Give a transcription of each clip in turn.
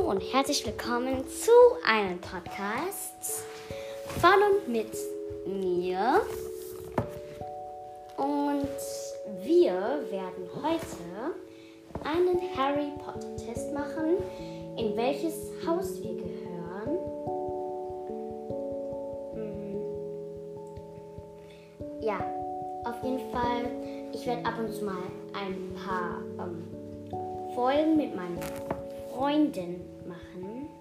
und herzlich willkommen zu einem Podcast von und mit mir. Und wir werden heute einen Harry Potter Test machen, in welches Haus wir gehören. Ja, auf jeden Fall, ich werde ab und zu mal ein paar Folgen mit meinen Freunden machen.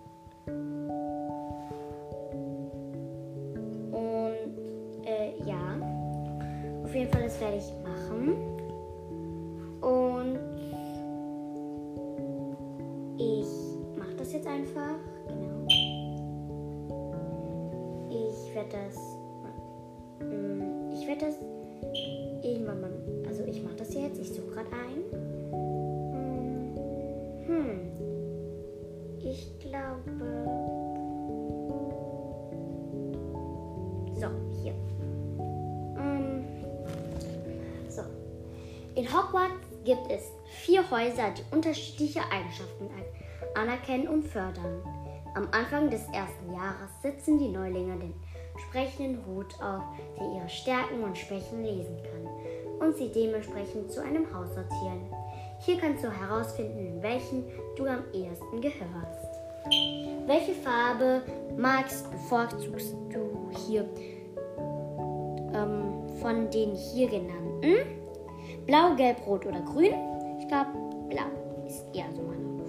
Und ja, auf jeden Fall, das werde ich machen. Und ich mache das jetzt einfach, genau. Ich werde das irgendwann mal, also ich mache das jetzt, ich suche gerade ein. Ich glaube, so, hier. So. In Hogwarts gibt es 4 Häuser, die unterschiedliche Eigenschaften anerkennen und fördern. Am Anfang des ersten Jahres setzen die Neulinge den sprechenden Hut auf, der ihre Stärken und Schwächen lesen kann und sie dementsprechend zu einem Haus sortieren. Hier kannst du herausfinden, in welchen du am ehesten gehörst. Welche Farbe bevorzugst du hier von den hier genannten? Blau, Gelb, Rot oder Grün? Ich glaube, Blau ist eher so meine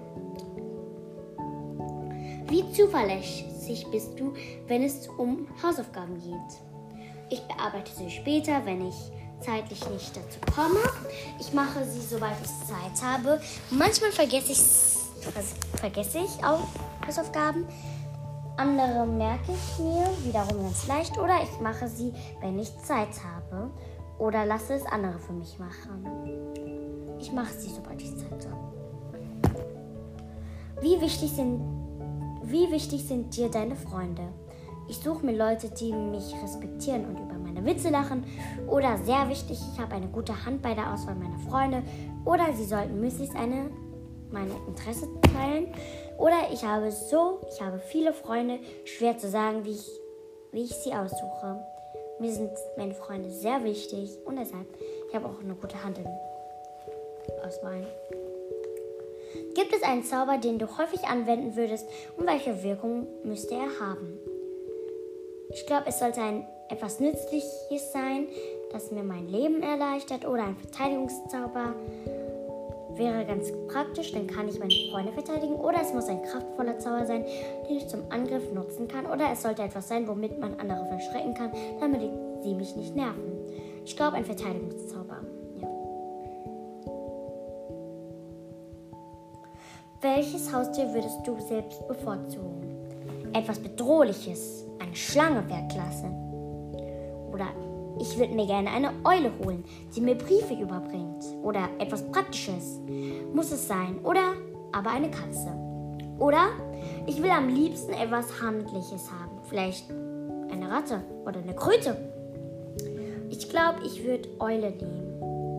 Farbe. Wie zuverlässig bist du, wenn es um Hausaufgaben geht? Ich bearbeite sie später, wenn ich zeitlich nicht dazu komme. Ich mache sie, sobald ich Zeit habe. Manchmal vergesse ich auch Hausaufgaben. Andere merke ich mir wiederum ganz leicht. Oder ich mache sie, wenn ich Zeit habe. Oder lasse es andere für mich machen. Ich mache sie, sobald ich Zeit habe. Wie wichtig sind dir deine Freunde? Ich suche mir Leute, die mich respektieren und über meine Witze lachen. Oder sehr wichtig, ich habe eine gute Hand bei der Auswahl meiner Freunde. Oder sie sollten möglichst meine Interesse teilen. Oder ich habe viele Freunde. Schwer zu sagen, wie ich sie aussuche. Mir sind meine Freunde sehr wichtig und deshalb, ich habe auch eine gute Hand im Auswahlen. Gibt es einen Zauber, den du häufig anwenden würdest und welche Wirkung müsste er haben? Ich glaube, es sollte etwas Nützliches sein, das mir mein Leben erleichtert, oder ein Verteidigungszauber wäre ganz praktisch, dann kann ich meine Freunde verteidigen, oder es muss ein kraftvoller Zauber sein, den ich zum Angriff nutzen kann, oder es sollte etwas sein, womit man andere verschrecken kann, damit sie mich nicht nerven. Ich glaube, ein Verteidigungszauber. Ja. Welches Haustier würdest du selbst bevorzugen? Etwas Bedrohliches. Eine Schlange wäre klasse. Oder ich würde mir gerne eine Eule holen, die mir Briefe überbringt. Oder etwas Praktisches. Muss es sein. Oder aber eine Katze. Oder ich will am liebsten etwas Handliches haben. Vielleicht eine Ratte oder eine Kröte. Ich glaube, ich würde Eule nehmen.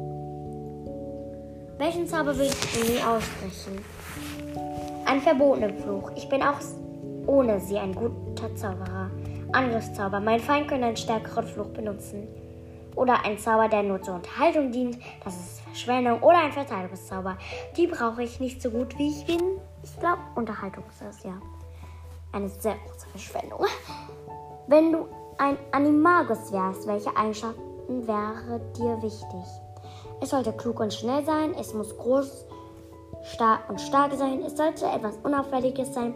Welchen Zauber würdest du nie aussprechen? Einen verbotenen Fluch. Ich bin auch ohne sie ein guter Zauberer. Angriffszauber. Mein Feind könnte einen stärkeren Fluch benutzen. Oder ein Zauber, der nur zur Unterhaltung dient. Das ist Verschwendung. Oder ein Verteidigungszauber. Die brauche ich nicht so gut, wie ich bin. Ich glaube, Unterhaltung ist das, ja. Eine sehr große Verschwendung. Wenn du ein Animagus wärst, welche Eigenschaften wäre dir wichtig? Es sollte klug und schnell sein. Es muss groß und stark sein. Es sollte etwas Unauffälliges sein,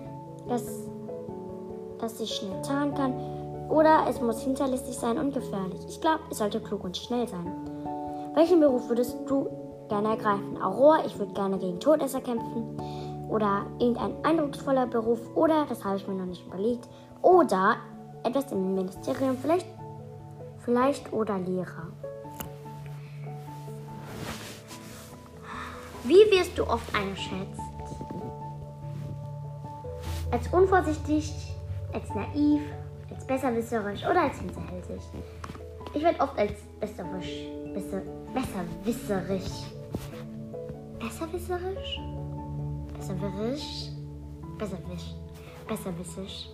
das sich schnell tarnen kann, oder es muss hinterlistig sein und gefährlich. Ich glaube, es sollte klug und schnell sein. Welchen Beruf würdest du gerne ergreifen? Aurora, ich würde gerne gegen Todesser kämpfen, oder irgendein eindrucksvoller Beruf, oder, das habe ich mir noch nicht überlegt, oder etwas im Ministerium, vielleicht oder Lehrer. Wie wirst du oft eingeschätzt? Als unvorsichtig, als naiv, als besserwisserisch oder als hinterhältig. Ich werde oft als besserwisserisch besserwisserisch.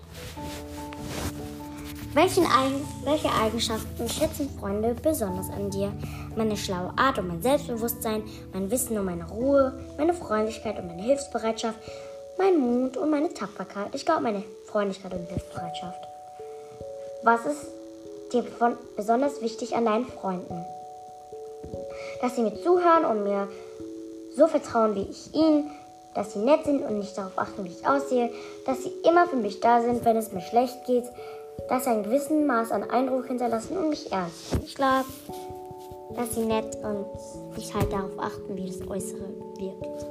Welche Eigenschaften schätzen Freunde besonders an dir? Meine schlaue Art und mein Selbstbewusstsein, mein Wissen und meine Ruhe, meine Freundlichkeit und meine Hilfsbereitschaft, mein Mut und meine Tapferkeit. Ich glaube, meine Freundlichkeit und Hilfsbereitschaft. Was ist dir besonders wichtig an deinen Freunden? Dass sie mir zuhören und mir so vertrauen wie ich ihnen, dass sie nett sind und nicht darauf achten, wie ich aussehe, dass sie immer für mich da sind, wenn es mir schlecht geht, dass sie ein gewisses Maß an Eindruck hinterlassen und mich ernst nehmen. Ich glaube, dass sie nett und nicht halt darauf achten, wie das Äußere wirkt.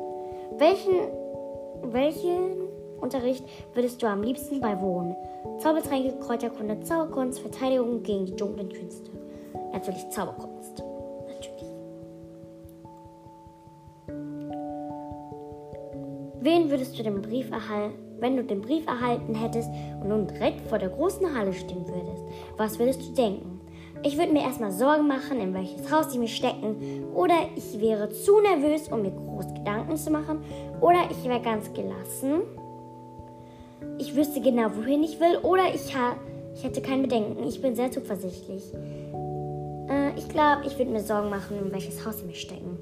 Welchen Unterricht würdest du am liebsten beiwohnen? Zaubertränke, Kräuterkunde, Zauberkunst, Verteidigung gegen die dunklen Künste. Natürlich Zauberkunst. Natürlich. Wen würdest du den Brief erhalten, wenn du den Brief erhalten hättest und nun direkt vor der großen Halle stehen würdest? Was würdest du denken? Ich würde mir erstmal Sorgen machen, in welches Haus sie mich stecken. Oder ich wäre zu nervös, um mir groß Gedanken zu machen. Oder ich wäre ganz gelassen. Ich wüsste genau, wohin ich will. Oder ich hätte kein Bedenken. Ich bin sehr zuversichtlich. Ich glaube, ich würde mir Sorgen machen, in welches Haus sie mich stecken.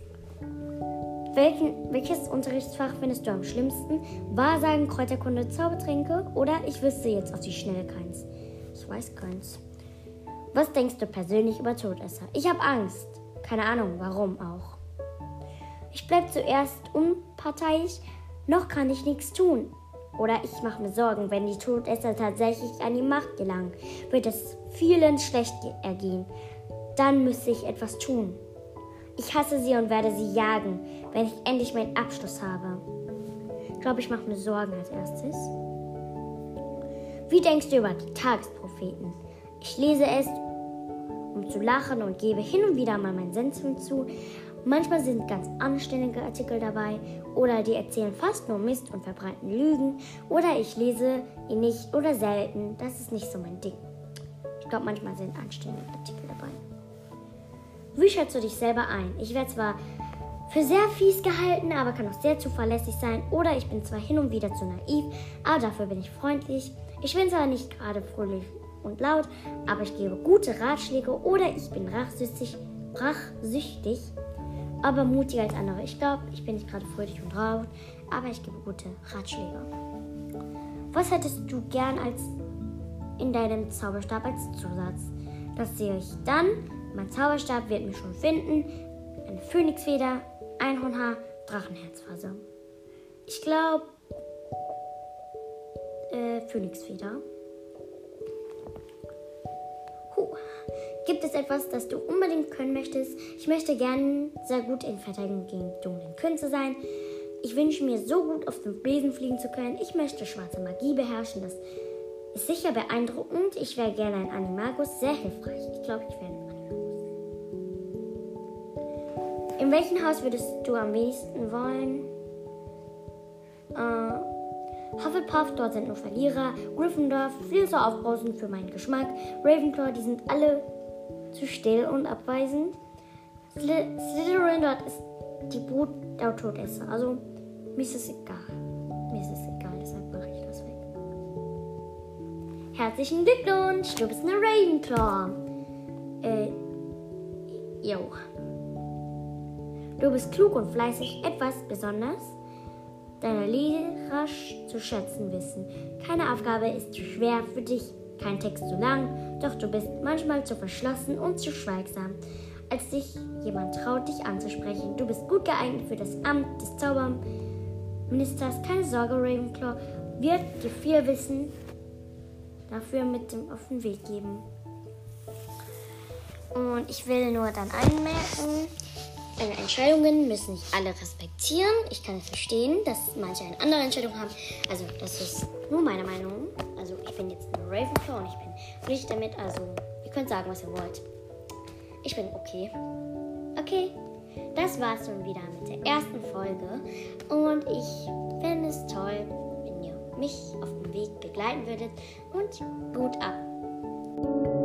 Welches Unterrichtsfach findest du am schlimmsten? Wahrsagen, Kräuterkunde, Zaubertränke? Oder ich wüsste jetzt auf die Schnelle keins. Ich weiß keins. Was denkst du persönlich über Todesser? Ich habe Angst. Keine Ahnung, warum auch. Ich bleibe zuerst unparteiisch, noch kann ich nichts tun. Oder ich mache mir Sorgen, wenn die Todesser tatsächlich an die Macht gelangen, wird es vielen schlecht ergehen. Dann müsste ich etwas tun. Ich hasse sie und werde sie jagen, wenn ich endlich meinen Abschluss habe. Ich glaube, ich mache mir Sorgen als erstes. Wie denkst du über die Tagespropheten? Ich lese es, um zu lachen und gebe hin und wieder mal meinen Senf hinzu. Manchmal sind ganz anständige Artikel dabei oder die erzählen fast nur Mist und verbreiten Lügen oder ich lese ihn nicht oder selten. Das ist nicht so mein Ding. Ich glaube, manchmal sind anständige Artikel dabei. Wie schätzt du dich selber ein? Ich werde zwar für sehr fies gehalten, aber kann auch sehr zuverlässig sein oder ich bin zwar hin und wieder zu naiv, aber dafür bin ich freundlich. Ich bin zwar nicht gerade fröhlich und laut, aber ich gebe gute Ratschläge oder ich bin rachsüchtig, aber mutiger als andere. Ich glaube, ich bin nicht gerade fröhlich und laut, aber ich gebe gute Ratschläge. Was hättest du gern in deinem Zauberstab als Zusatz? Das sehe ich dann. Mein Zauberstab wird mich schon finden. Eine Phönixfeder, Einhornhaar, Drachenherzfaser. Ich glaube, Phönixfeder. Gibt es etwas, das du unbedingt können möchtest? Ich möchte gerne sehr gut in Verteidigung gegen dunklen Künste sein. Ich wünsche mir so gut auf dem Besen fliegen zu können. Ich möchte schwarze Magie beherrschen. Das ist sicher beeindruckend. Ich wäre gerne ein Animagus, sehr hilfreich. Ich glaube, ich werde ein Animagus. In welchem Haus würdest du am wenigsten wollen? Hufflepuff, dort sind nur Verlierer. Gryffindor, viel zu aufbrausend für meinen Geschmack. Ravenclaw, die sind alle zu still und abweisend. Slytherin, dort ist die Brut der Todesser. Also, mir ist es egal. Deshalb mache ich das weg. Herzlichen Glückwunsch, du bist eine Ravenclaw. Du bist klug und fleißig, etwas besonders. Deine Lehrer zu schätzen wissen. Keine Aufgabe ist zu schwer für dich, kein Text zu lang, doch du bist manchmal zu verschlossen und zu schweigsam, als dich jemand traut, dich anzusprechen. Du bist gut geeignet für das Amt des Zauberministers. Keine Sorge, Ravenclaw wird dir viel Wissen dafür mit dem auf den Weg geben. Und ich will nur dann anmerken, meine Entscheidungen müssen nicht alle respektieren. Ich kann es verstehen, dass manche eine andere Entscheidung haben. Also das ist nur meine Meinung. Also ich bin jetzt eine Ravenclaw und ich bin nicht damit. Also ihr könnt sagen, was ihr wollt. Ich bin okay. Okay, das war's schon wieder mit der ersten Folge. Und ich fände es toll, wenn ihr mich auf dem Weg begleiten würdet. Und gut ab.